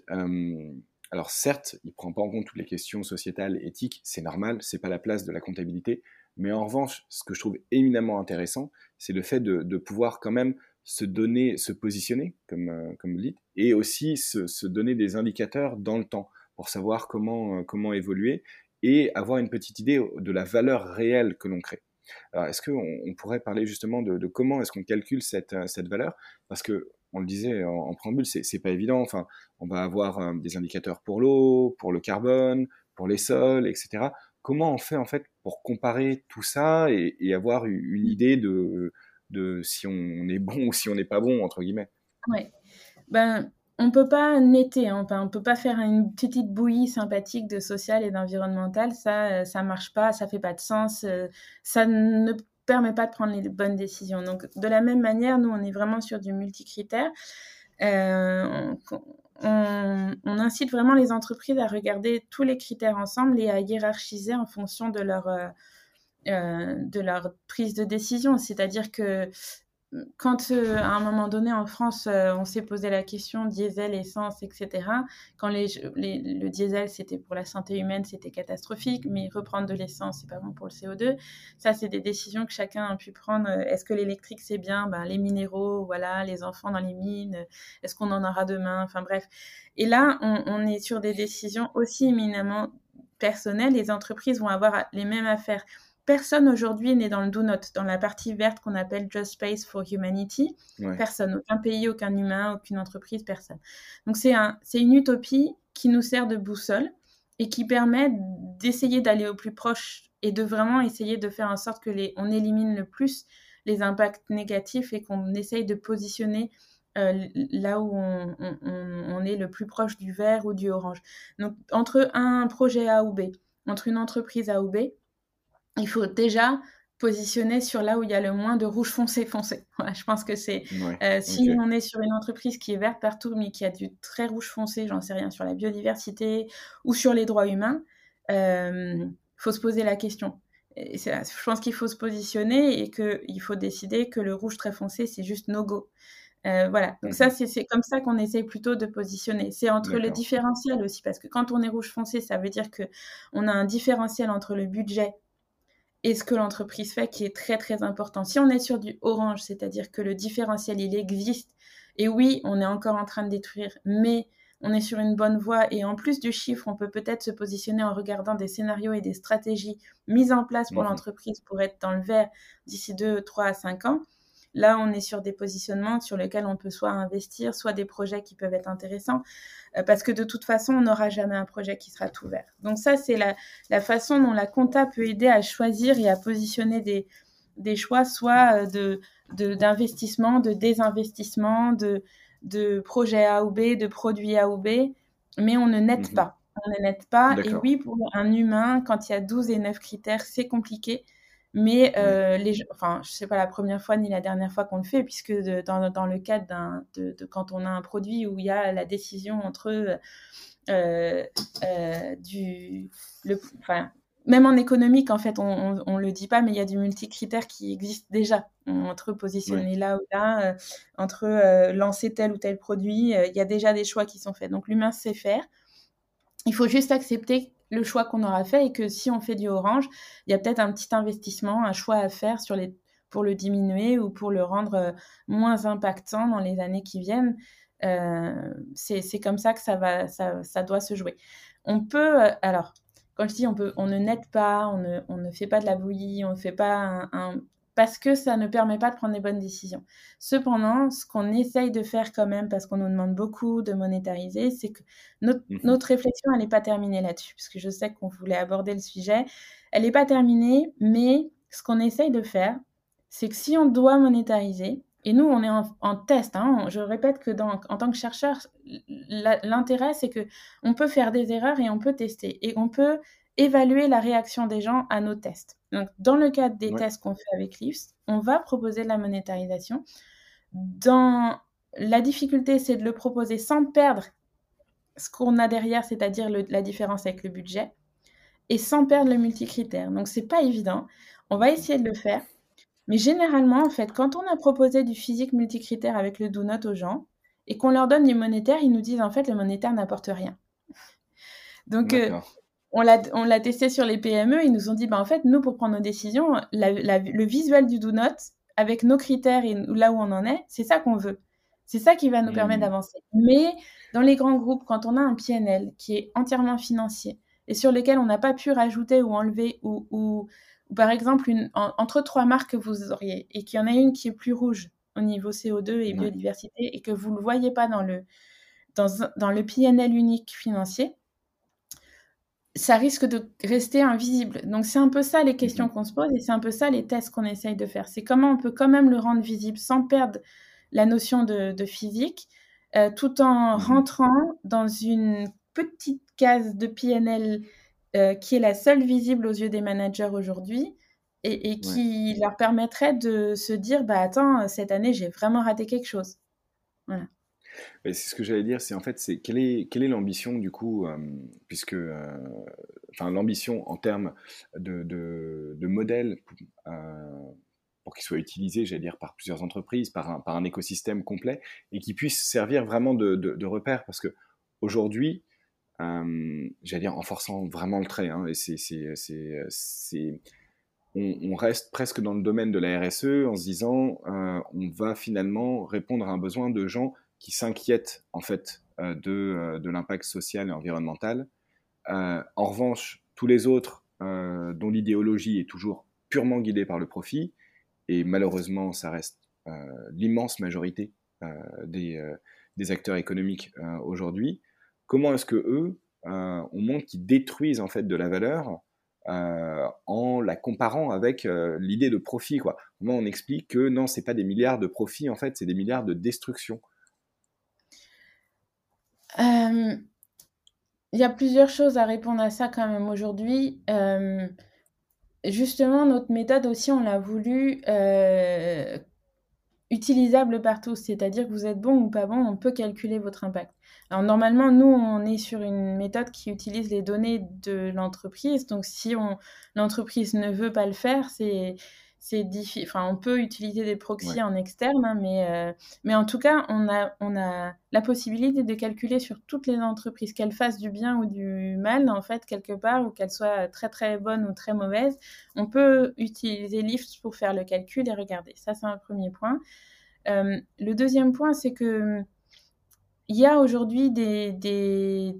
alors certes, il ne prend pas en compte toutes les questions sociétales, éthiques, c'est normal, c'est pas la place de la comptabilité, Mais en revanche, ce que je trouve éminemment intéressant, c'est le fait de pouvoir quand même se donner, se positionner, comme vous dites, et aussi se donner des indicateurs dans le temps pour savoir comment évoluer et avoir une petite idée de la valeur réelle que l'on crée. Alors, est-ce qu'on pourrait parler justement de comment est-ce qu'on calcule cette valeur? Parce que, on le disait en préambule, c'est pas évident. Enfin, on va avoir des indicateurs pour l'eau, pour le carbone, pour les sols, etc. Comment on fait en fait pour comparer tout ça et avoir une idée de si on est bon ou si on n'est pas bon, entre guillemets? Ouais. Ben, on peut pas netter, hein, enfin, on peut pas faire une petite bouillie sympathique de social et d'environnemental. Ça marche pas, ça fait pas de sens. Ça ne permet pas de prendre les bonnes décisions. Donc, de la même manière, nous, on est vraiment sur du multicritère. On incite vraiment les entreprises à regarder tous les critères ensemble et à hiérarchiser en fonction de leur prise de décision. C'est-à-dire que quand à un moment donné en France, on s'est posé la question diesel, essence, etc. Quand le diesel, c'était pour la santé humaine, c'était catastrophique, mais reprendre de l'essence, c'est pas bon pour le CO2. Ça, c'est des décisions que chacun a pu prendre. Est-ce que l'électrique, c'est bien? Ben, les minéraux, voilà, les enfants dans les mines, est-ce qu'on en aura demain? Enfin bref. Et là, on est sur des décisions aussi éminemment personnelles. Les entreprises vont avoir les mêmes affaires. Personne aujourd'hui n'est dans le do not, dans la partie verte qu'on appelle Just Space for Humanity. Ouais. Personne, aucun pays, aucun humain, aucune entreprise, personne. Donc c'est une utopie qui nous sert de boussole et qui permet d'essayer d'aller au plus proche et de vraiment essayer de faire en sorte que on élimine le plus les impacts négatifs et qu'on essaye de positionner là où on est le plus proche du vert ou du orange. Donc entre un projet A ou B, entre une entreprise A ou B, il faut déjà positionner sur là où il y a le moins de rouge foncé. Voilà, je pense que c'est Ouais. si Ok. on est sur une entreprise qui est verte partout, mais qui a du très rouge foncé, j'en sais rien, sur la biodiversité ou sur les droits humains, faut se poser la question. Et je pense qu'il faut se positionner et qu'il faut décider que le rouge très foncé, c'est juste no go. Voilà, donc ça, Mhm. c'est comme ça qu'on essaye plutôt de positionner. C'est entre le D'accord. différentiel aussi, parce que quand on est rouge foncé, ça veut dire qu'on a un différentiel entre le budget et ce que l'entreprise fait qui est très très important. Si on est sur du orange, c'est-à-dire que le différentiel, il existe, et oui, on est encore en train de détruire, mais on est sur une bonne voie, et en plus du chiffre, on peut peut-être se positionner en regardant des scénarios et des stratégies mises en place pour Mhm. l'entreprise pour être dans le vert d'ici 2, 3 à 5 ans. Là, on est sur des positionnements sur lesquels on peut soit investir, soit des projets qui peuvent être intéressants, parce que de toute façon, on n'aura jamais un projet qui sera tout vert. Donc ça, c'est la façon dont la compta peut aider à choisir et à positionner des choix, soit d'investissement, de désinvestissement, de projet A ou B, de produits A ou B, mais on ne nette Mhm. pas. On ne nette pas. Et D'accord. oui, pour un humain, quand il y a 12 et 9 critères, c'est compliqué. Mais Oui. enfin, je sais pas la première fois ni la dernière fois qu'on le fait, puisque dans le cadre de quand on a un produit où il y a la décision entre enfin, même en économique, en fait, on le dit pas, mais il y a du multicritère qui existe déjà. Entre Oui. positionner là ou là, entre lancer tel ou tel produit, il y a déjà des choix qui sont faits. Donc l'humain sait faire. Il faut juste accepter le choix qu'on aura fait et que si on fait du orange, il y a peut-être un petit investissement, un choix à faire pour le diminuer ou pour le rendre moins impactant dans les années qui viennent. C'est comme ça que ça doit se jouer. On peut, alors, quand je dis on ne nette pas, on ne fait pas de la bouillie, on ne fait pas parce que ça ne permet pas de prendre les bonnes décisions. Cependant, ce qu'on essaye de faire quand même, parce qu'on nous demande beaucoup de monétariser, c'est que Mhm. notre réflexion, elle n'est pas terminée là-dessus, parce que je sais qu'on voulait aborder le sujet. Elle n'est pas terminée, mais ce qu'on essaye de faire, c'est que si on doit monétariser, et nous, on est en test, hein, je répète que en tant que chercheur, l'intérêt, c'est que on peut faire des erreurs et on peut tester, et on peut évaluer la réaction des gens à nos tests. Donc, dans le cadre des Ouais. tests qu'on fait avec Lifts, on va proposer de la monétarisation. La difficulté, c'est de le proposer sans perdre ce qu'on a derrière, c'est-à-dire la différence avec le budget, et sans perdre le multicritère. Donc, c'est pas évident. On va Mhm. essayer de le faire. Mais généralement, en fait, quand on a proposé du physique multicritère avec le do not aux gens et qu'on leur donne du monétaire, ils nous disent en fait le monétaire n'apporte rien. Donc, D'accord. on l'a testé sur les PME. Ils nous ont dit, bah, en fait, nous, pour prendre nos décisions, le visuel du do not, avec nos critères et là où on en est, c'est ça qu'on veut. C'est ça qui va nous permettre d'avancer. Mais dans les grands groupes, quand on a un PNL qui est entièrement financier et sur lequel on n'a pas pu rajouter ou enlever, ou par exemple, entre 3 marques que vous auriez et qu'il y en a une qui est plus rouge au niveau CO2 et biodiversité et que vous ne le voyez pas dans le PNL unique financier, ça risque de rester invisible. Donc, c'est un peu ça les questions qu'on se pose et c'est un peu ça les tests qu'on essaye de faire. C'est comment on peut quand même le rendre visible sans perdre la notion de physique, tout en rentrant dans une petite case de PNL qui est la seule visible aux yeux des managers aujourd'hui et qui leur permettrait de se dire, bah attends, cette année, j'ai vraiment raté quelque chose. Voilà. C'est ce que j'allais dire, c'est en fait, quelle est l'ambition du coup, puisque, enfin l'ambition en termes de modèle pour qu'il soit utilisé, j'allais dire, par plusieurs entreprises, par un écosystème complet, et qui puisse servir vraiment de repère, parce que aujourd'hui, j'allais dire en forçant vraiment le trait, hein, et on reste presque dans le domaine de la RSE en se disant on va finalement répondre à un besoin de gens qui s'inquiètent en fait de l'impact social et environnemental. En revanche, tous les autres dont l'idéologie est toujours purement guidée par le profit, et malheureusement ça reste l'immense majorité des acteurs économiques aujourd'hui, comment est-ce que eux, on montre qu'ils détruisent en fait de la valeur en la comparant avec l'idée de profit, quoi. Comment on explique que non, c'est pas des milliards de profits, en fait, c'est des milliards de destruction. Il y a plusieurs choses à répondre à ça quand même aujourd'hui. Justement, notre méthode aussi, on l'a voulu utilisable par tous, c'est-à-dire que vous êtes bon ou pas bon, on peut calculer votre impact. Alors normalement, nous, on est sur une méthode qui utilise les données de l'entreprise, donc si l'entreprise ne veut pas le faire, c'est difficile. Enfin, on peut utiliser des proxys en externe, hein, mais en tout cas, on a la possibilité de calculer sur toutes les entreprises, qu'elles fassent du bien ou du mal, en fait, quelque part, ou qu'elles soient très très bonnes ou très mauvaises. On peut utiliser Lyft pour faire le calcul et regarder. Ça, c'est un premier point. Le deuxième point, c'est que il y a aujourd'hui des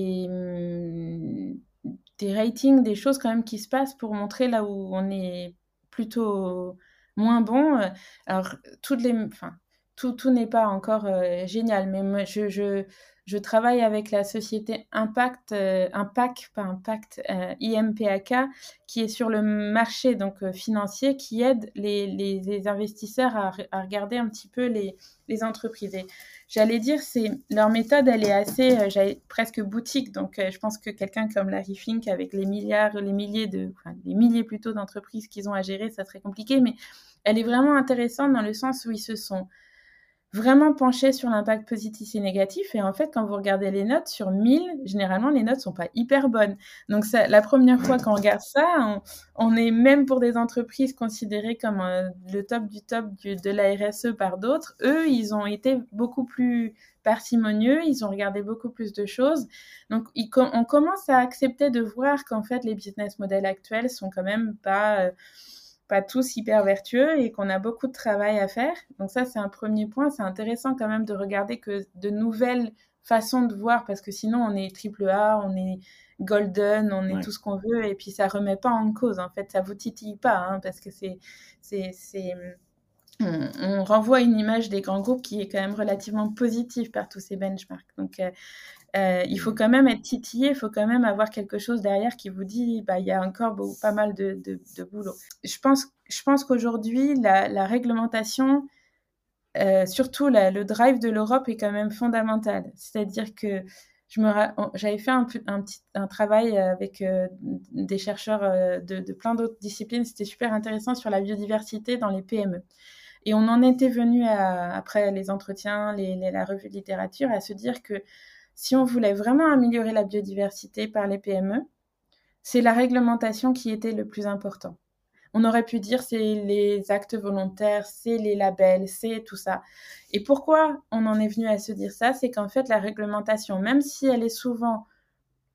ratings, des choses quand même qui se passent pour montrer là où on est plutôt moins bon. Alors, tout n'est pas encore génial, mais moi, je travaille avec la société Impact, Impact, pas Impact, IMPAK, qui est sur le marché donc financier, qui aide les investisseurs à regarder un petit peu les entreprises. Et j'allais dire, leur méthode, elle est assez, presque boutique. Donc, je pense que quelqu'un comme Larry Fink, avec les milliers plutôt d'entreprises qu'ils ont à gérer, ça serait compliqué. Mais elle est vraiment intéressante dans le sens où ils se sont vraiment penchés sur l'impact positif et négatif. Et en fait, quand vous regardez les notes, sur 1000, généralement, les notes sont pas hyper bonnes. Donc, la première fois qu'on regarde ça, on est même pour des entreprises considérées comme le top du top de la RSE par d'autres. Eux, ils ont été beaucoup plus parcimonieux, ils ont regardé beaucoup plus de choses. Donc, on commence à accepter de voir qu'en fait, les business models actuels sont quand même pas tous hyper vertueux et qu'on a beaucoup de travail à faire. Donc ça, c'est un premier point. C'est intéressant quand même de regarder que de nouvelles façons de voir, parce que sinon, on est triple A, on est golden, on est tout ce qu'on veut, et puis ça remet pas en cause. En fait, ça vous titille pas, hein, parce que on renvoie une image des grands groupes qui est quand même relativement positive par tous ces benchmarks. Donc, il faut quand même être titillé, il faut quand même avoir quelque chose derrière qui vous dit il y a encore pas mal de boulot. Je pense qu'aujourd'hui, la réglementation, surtout le drive de l'Europe est quand même fondamental. C'est-à-dire que j'avais fait un travail avec des chercheurs de plein d'autres disciplines. C'était super intéressant sur la biodiversité dans les PME. Et on en était venu après les entretiens, la revue de littérature, à se dire que si on voulait vraiment améliorer la biodiversité par les PME, c'est la réglementation qui était le plus important. On aurait pu dire c'est les actes volontaires, c'est les labels, c'est tout ça. Et pourquoi on en est venu à se dire ça? C'est qu'en fait, la réglementation, même si elle est souvent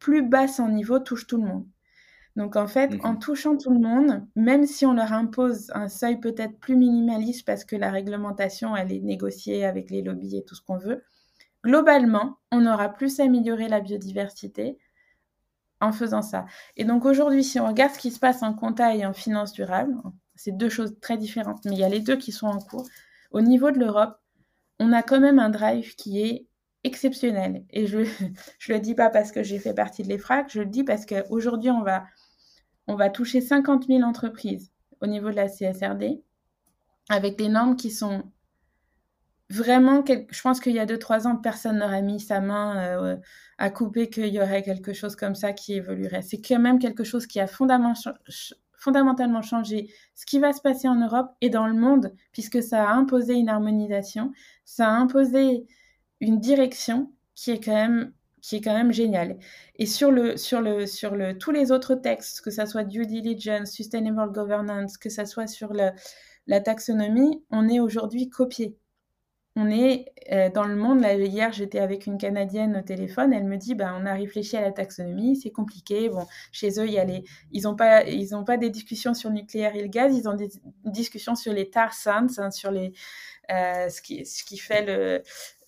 plus basse en niveau touche tout le monde. Donc en fait, en touchant tout le monde, même si on leur impose un seuil peut-être plus minimaliste parce que la réglementation, elle est négociée avec les lobbies et tout ce qu'on veut, globalement, on aura plus amélioré la biodiversité en faisant ça. Et donc aujourd'hui, si on regarde ce qui se passe en compta et en finance durable, c'est deux choses très différentes, mais il y a les deux qui sont en cours. Au niveau de l'Europe, on a quand même un drive qui est exceptionnel. Et je le dis pas parce que j'ai fait partie de l'EFRAC, je le dis parce qu'aujourd'hui, on va toucher 50 000 entreprises au niveau de la CSRD avec des normes qui sont vraiment, je pense qu'il y a 2-3 ans, personne n'aurait mis sa main à couper qu'il y aurait quelque chose comme ça qui évoluerait. C'est quand même quelque chose qui a fondamentalement changé ce qui va se passer en Europe et dans le monde, puisque ça a imposé une harmonisation, ça a imposé une direction qui est quand même géniale. Et sur tous les autres textes, que ça soit due diligence, sustainable governance, que ça soit sur la taxonomie, on est aujourd'hui copié. On est dans le monde. Là, hier, j'étais avec une Canadienne au téléphone. Elle me dit, on a réfléchi à la taxonomie, c'est compliqué. Bon, chez eux, ils n'ont pas des discussions sur le nucléaire et le gaz. Ils ont des discussions sur les tar sands, sur ce qui fait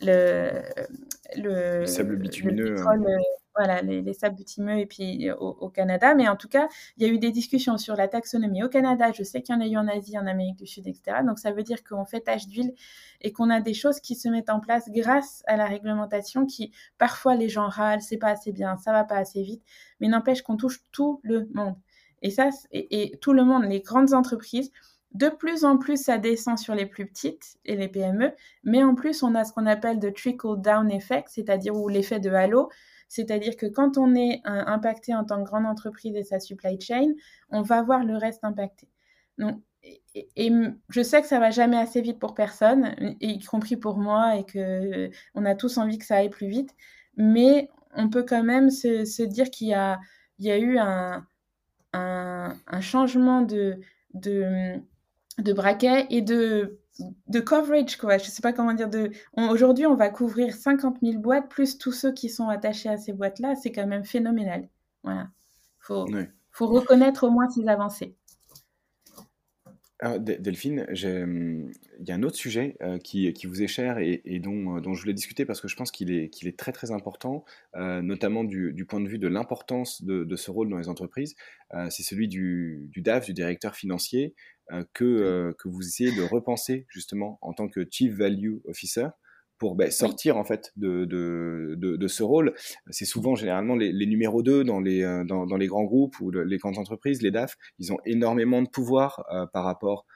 le sable bitumineux. Le pétrole, voilà, les sables bitumineux et puis au Canada. Mais en tout cas, il y a eu des discussions sur la taxonomie au Canada. Je sais qu'il y en a eu en Asie, en Amérique du Sud, etc. Donc, ça veut dire qu'on fait tâche d'huile et qu'on a des choses qui se mettent en place grâce à la réglementation qui, parfois, les gens râlent, c'est pas assez bien, ça va pas assez vite. Mais n'empêche qu'on touche tout le monde. Et ça, et tout le monde, les grandes entreprises, de plus en plus, ça descend sur les plus petites et les PME, mais en plus, on a ce qu'on appelle de trickle-down effect, c'est-à-dire ou l'effet de halo, c'est-à-dire que quand on est impacté en tant que grande entreprise et sa supply chain, on va voir le reste impacté. Donc, et je sais que ça va jamais assez vite pour personne, y compris pour moi, et que on a tous envie que ça aille plus vite, mais on peut quand même se dire qu'il y a eu un changement de braquet et de coverage, quoi. Je sais pas comment dire. Aujourd'hui, on va couvrir 50 000 boîtes, plus tous ceux qui sont attachés à ces boîtes-là. C'est quand même phénoménal. Voilà. Faut reconnaître au moins ces avancées. Alors, Delphine, il y a un autre sujet qui vous est cher et dont je voulais discuter parce que je pense qu'il est très très important, notamment du point de vue de l'importance de ce rôle dans les entreprises. C'est celui du DAF, du directeur financier, que vous essayez de repenser justement en tant que Chief Value Officer pour sortir en fait de ce rôle. C'est souvent généralement les numéros 2 dans les grands groupes ou les grandes entreprises, les DAF, ils ont énormément de pouvoir par rapport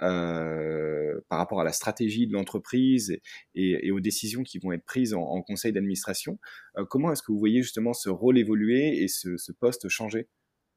à la stratégie de l'entreprise et aux décisions qui vont être prises en conseil d'administration. Comment est-ce que vous voyez justement ce rôle évoluer et ce poste changer ?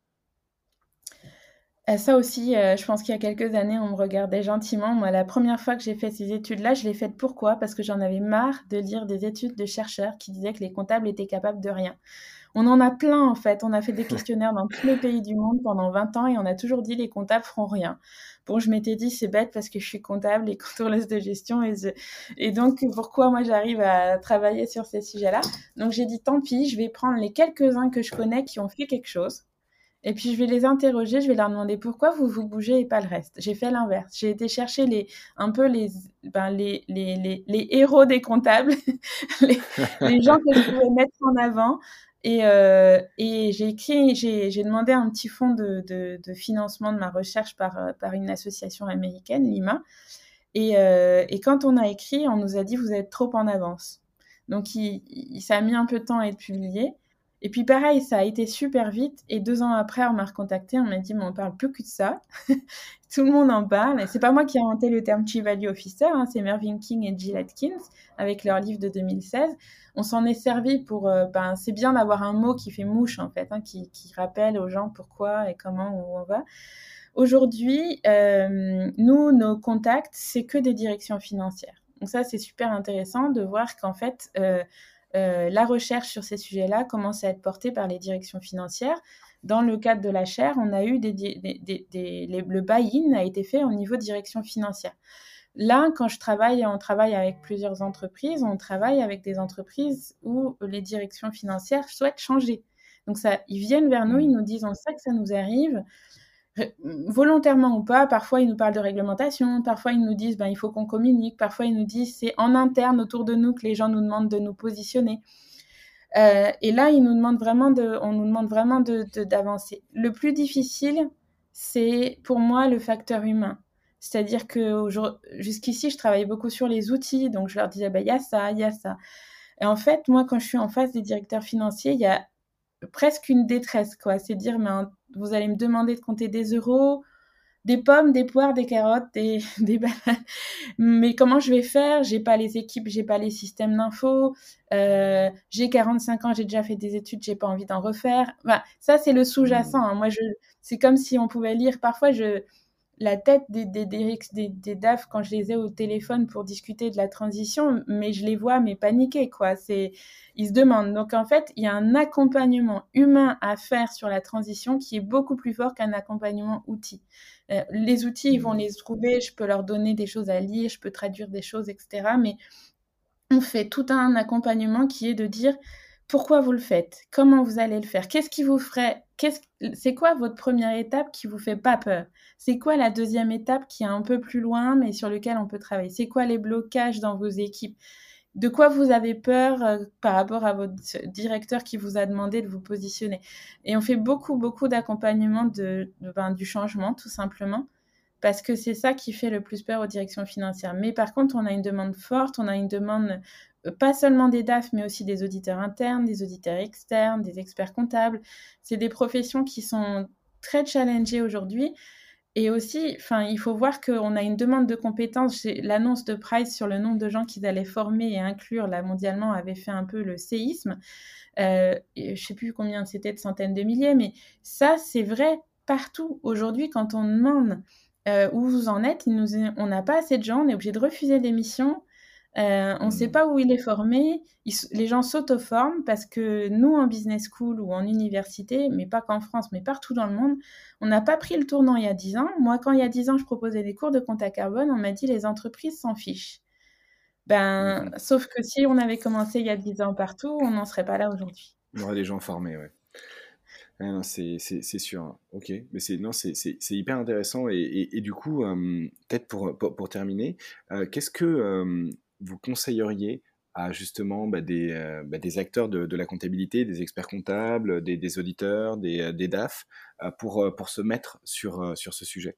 Ça aussi, je pense qu'il y a quelques années, on me regardait gentiment. Moi, la première fois que j'ai fait ces études-là, je l'ai faites pourquoi ? Parce que j'en avais marre de lire des études de chercheurs qui disaient que les comptables étaient capables de rien. On en a plein, en fait. On a fait des questionnaires dans tous les pays du monde pendant 20 ans et on a toujours dit les comptables feront rien. Bon, je m'étais dit, c'est bête parce que je suis comptable et contrôleuse de gestion et donc, pourquoi moi j'arrive à travailler sur ces sujets-là ? Donc, j'ai dit, tant pis, je vais prendre les quelques-uns que je connais qui ont fait quelque chose. Et puis, je vais les interroger, je vais leur demander pourquoi vous vous bougez et pas le reste. J'ai fait l'inverse. J'ai été chercher les héros des comptables, les gens que je pouvais mettre en avant. Et j'ai demandé un petit fonds de financement de ma recherche par une association américaine, Lima. Et quand on a écrit, on nous a dit, vous êtes trop en avance. Donc, ça a mis un peu de temps à être publié. Et puis pareil, ça a été super vite. Et 2 ans après, on m'a recontacté, on m'a dit, mais on parle plus que de ça. Tout le monde en parle. Et c'est pas moi qui ai inventé le terme Chief Value Officer, hein, c'est Mervyn King et Jill Atkins avec leur livre de 2016. On s'en est servi pour, c'est bien d'avoir un mot qui fait mouche en fait, hein, qui rappelle aux gens pourquoi et comment où on va. Aujourd'hui, nous, nos contacts, c'est que des directions financières. Donc ça, c'est super intéressant de voir qu'en fait, la recherche sur ces sujets-là commence à être portée par les directions financières. Dans le cadre de la chaire, on a eu le buy-in a été fait au niveau direction financière. Là, quand on travaille avec plusieurs entreprises, on travaille avec des entreprises où les directions financières souhaitent changer. Donc ça, ils viennent vers nous, ils nous disent, on sait que ça nous arrive, volontairement ou pas. Parfois, ils nous parlent de réglementation, parfois, ils nous disent, il faut qu'on communique, parfois, ils nous disent, c'est en interne autour de nous que les gens nous demandent de nous positionner. Et là, on nous demande vraiment d'avancer. Le plus difficile, c'est pour moi le facteur humain. C'est-à-dire que jusqu'ici, je travaillais beaucoup sur les outils, donc je leur disais, il y a ça, il y a ça. Et en fait, moi, quand je suis en face des directeurs financiers, il y a presque une détresse, quoi. C'est dire, vous allez me demander de compter des euros, des pommes, des poires, des carottes, des bananes. Mais comment je vais faire? J'ai pas les équipes, j'ai pas les systèmes d'info. J'ai 45 ans, j'ai déjà fait des études, j'ai pas envie d'en refaire. Ça, c'est le sous-jacent. Hein. Moi, c'est comme si on pouvait lire. Parfois, la tête des DAF quand je les ai au téléphone pour discuter de la transition, mais je les vois paniquer, quoi. Ils se demandent. Donc en fait, il y a un accompagnement humain à faire sur la transition qui est beaucoup plus fort qu'un accompagnement outil. Les outils, ils vont les trouver, je peux leur donner des choses à lire, je peux traduire des choses, etc. Mais on fait tout un accompagnement qui est de dire pourquoi vous le faites, comment vous allez le faire, qu'est-ce qui vous ferait, c'est quoi votre première étape qui vous fait pas peur, c'est quoi la deuxième étape qui est un peu plus loin mais sur lequel on peut travailler, c'est quoi les blocages dans vos équipes, de quoi vous avez peur par rapport à votre directeur qui vous a demandé de vous positionner. Et on fait beaucoup d'accompagnement du changement tout simplement. Parce que c'est ça qui fait le plus peur aux directions financières. Mais par contre, on a une demande forte, on a une demande pas seulement des DAF, mais aussi des auditeurs internes, des auditeurs externes, des experts comptables. C'est des professions qui sont très challengées aujourd'hui. Et aussi, il faut voir qu'on a une demande de compétences. L'annonce de Price sur le nombre de gens qu'ils allaient former et inclure là mondialement avait fait un peu le séisme. Je ne sais plus combien c'était de centaines de milliers, mais ça, c'est vrai partout. Aujourd'hui, quand on demande où vous en êtes, on n'a pas assez de gens, on est obligé de refuser des missions. On ne sait pas où il est formé. Les gens s'auto-forment parce que nous, en business school ou en université, mais pas qu'en France, mais partout dans le monde, on n'a pas pris le tournant il y a 10 ans. Moi, quand il y a 10 ans, je proposais des cours de compte à carbone, on m'a dit les entreprises s'en fichent. Sauf que si on avait commencé il y a 10 ans partout, on n'en serait pas là aujourd'hui. Il y aurait des gens formés, ouais. Non, c'est sûr. Hein. Ok, mais c'est hyper intéressant et du coup, peut-être pour terminer, qu'est-ce que vous conseilleriez à justement des acteurs de la comptabilité, des experts comptables, des auditeurs, des DAF, pour se mettre sur ce sujet?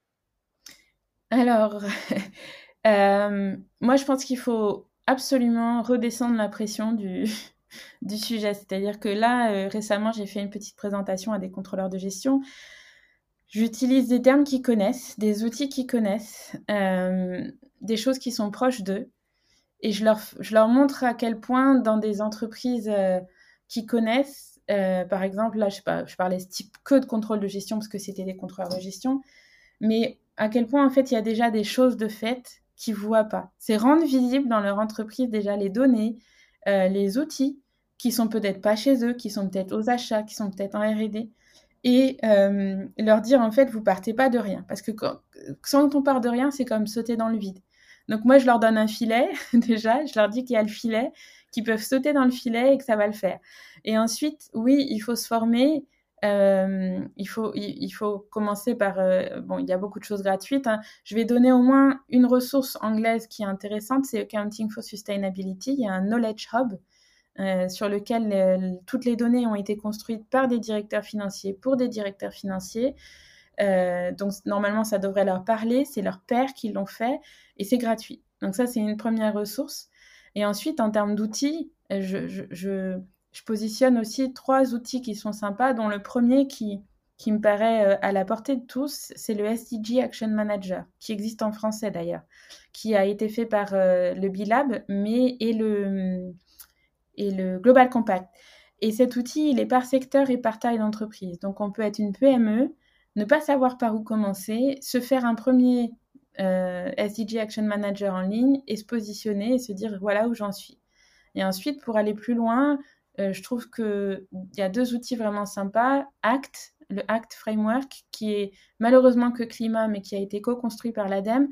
Alors, moi, je pense qu'il faut absolument redescendre la pression du sujet. C'est-à-dire que là, récemment, j'ai fait une petite présentation à des contrôleurs de gestion. J'utilise des termes qu'ils connaissent, des outils qu'ils connaissent, des choses qui sont proches d'eux. Et je leur montre à quel point dans des entreprises qui connaissent, par exemple, là, je parlais que de contrôle de gestion parce que c'était des contrôleurs de gestion, mais à quel point, en fait, il y a déjà des choses de fait qu'ils ne voient pas. C'est rendre visible dans leur entreprise déjà les données, les outils qui sont peut-être pas chez eux, qui sont peut-être aux achats, qui sont peut-être en R&D, et leur dire, en fait, vous partez pas de rien. Parce que quand on part de rien, c'est comme sauter dans le vide. Donc moi, je leur donne un filet, déjà, je leur dis qu'il y a le filet, qu'ils peuvent sauter dans le filet et que ça va le faire. Et ensuite, oui, il faut se former. Il faut commencer par... il y a beaucoup de choses gratuites. Hein. Je vais donner au moins une ressource anglaise qui est intéressante, c'est Accounting for Sustainability. Il y a un Knowledge Hub sur lequel toutes les données ont été construites par des directeurs financiers pour des directeurs financiers. Donc normalement, ça devrait leur parler. C'est leurs pairs qui l'ont fait et c'est gratuit. Donc ça, c'est une première ressource. Et ensuite, en termes d'outils, je positionne aussi 3 outils qui sont sympas, dont le premier qui me paraît à la portée de tous, c'est le SDG Action Manager, qui existe en français d'ailleurs, qui a été fait par le B-Lab et le Global Compact. Et cet outil, il est par secteur et par taille d'entreprise. Donc on peut être une PME, ne pas savoir par où commencer, se faire un premier SDG Action Manager en ligne et se positionner et se dire voilà où j'en suis. Et ensuite, pour aller plus loin, je trouve qu'il y a 2 outils vraiment sympas. ACT, le ACT Framework, qui est malheureusement que climat, mais qui a été co-construit par l'ADEME,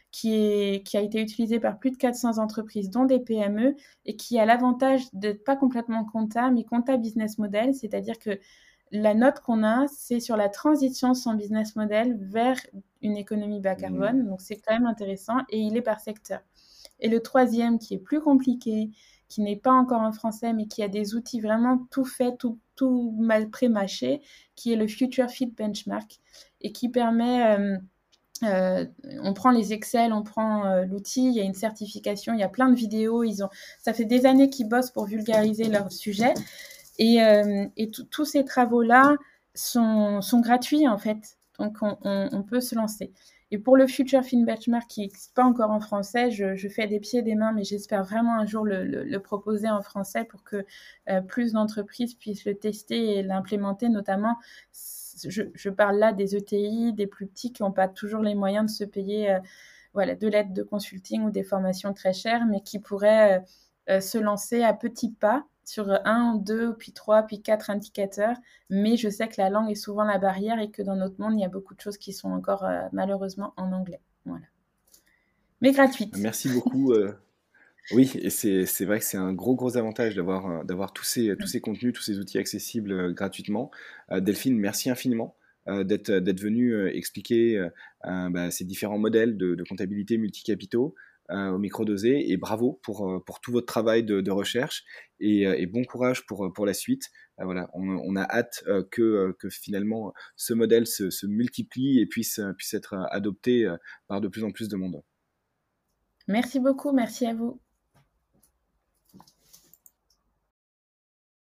qui a été utilisé par plus de 400 entreprises, dont des PME, et qui a l'avantage d'être pas complètement compta, mais compta business model, c'est-à-dire que la note qu'on a, c'est sur la transition de son business model vers une économie bas Mmh. carbone. Donc, c'est quand même intéressant et il est par secteur. Et le troisième, qui est plus compliqué, qui n'est pas encore en français, mais qui a des outils vraiment tout faits, tout pré-mâché, qui est le Future Fit Benchmark et qui permet on prend les Excel, on prend l'outil, il y a une certification, il y a plein de vidéos. Ça fait des années qu'ils bossent pour vulgariser leur sujet. Et tous ces travaux-là sont gratuits, en fait. Donc, on peut se lancer. Et pour le Future Film Benchmark, qui n'existe pas encore en français, je fais des pieds et des mains, mais j'espère vraiment un jour le proposer en français pour que plus d'entreprises puissent le tester et l'implémenter, notamment. Je parle là des ETI, des plus petits qui n'ont pas toujours les moyens de se payer voilà, de l'aide de consulting ou des formations très chères, mais qui pourraient se lancer à petits pas sur un, deux, puis trois, puis quatre indicateurs. Mais je sais que la langue est souvent la barrière et que dans notre monde, il y a beaucoup de choses qui sont encore malheureusement en anglais. Voilà. Mais gratuites. Merci beaucoup. Oui, et c'est vrai que c'est un gros avantage d'avoir tous ces contenus, tous ces outils accessibles gratuitement. Delphine, merci infiniment d'être venue expliquer bah, ces différents modèles de comptabilité multicapitaux au micro d'Osée, et bravo pour tout votre travail de recherche, et bon courage pour la suite. Voilà, on a hâte que finalement ce modèle se multiplie et puisse être adopté par de plus en plus de monde. Merci beaucoup, merci à vous.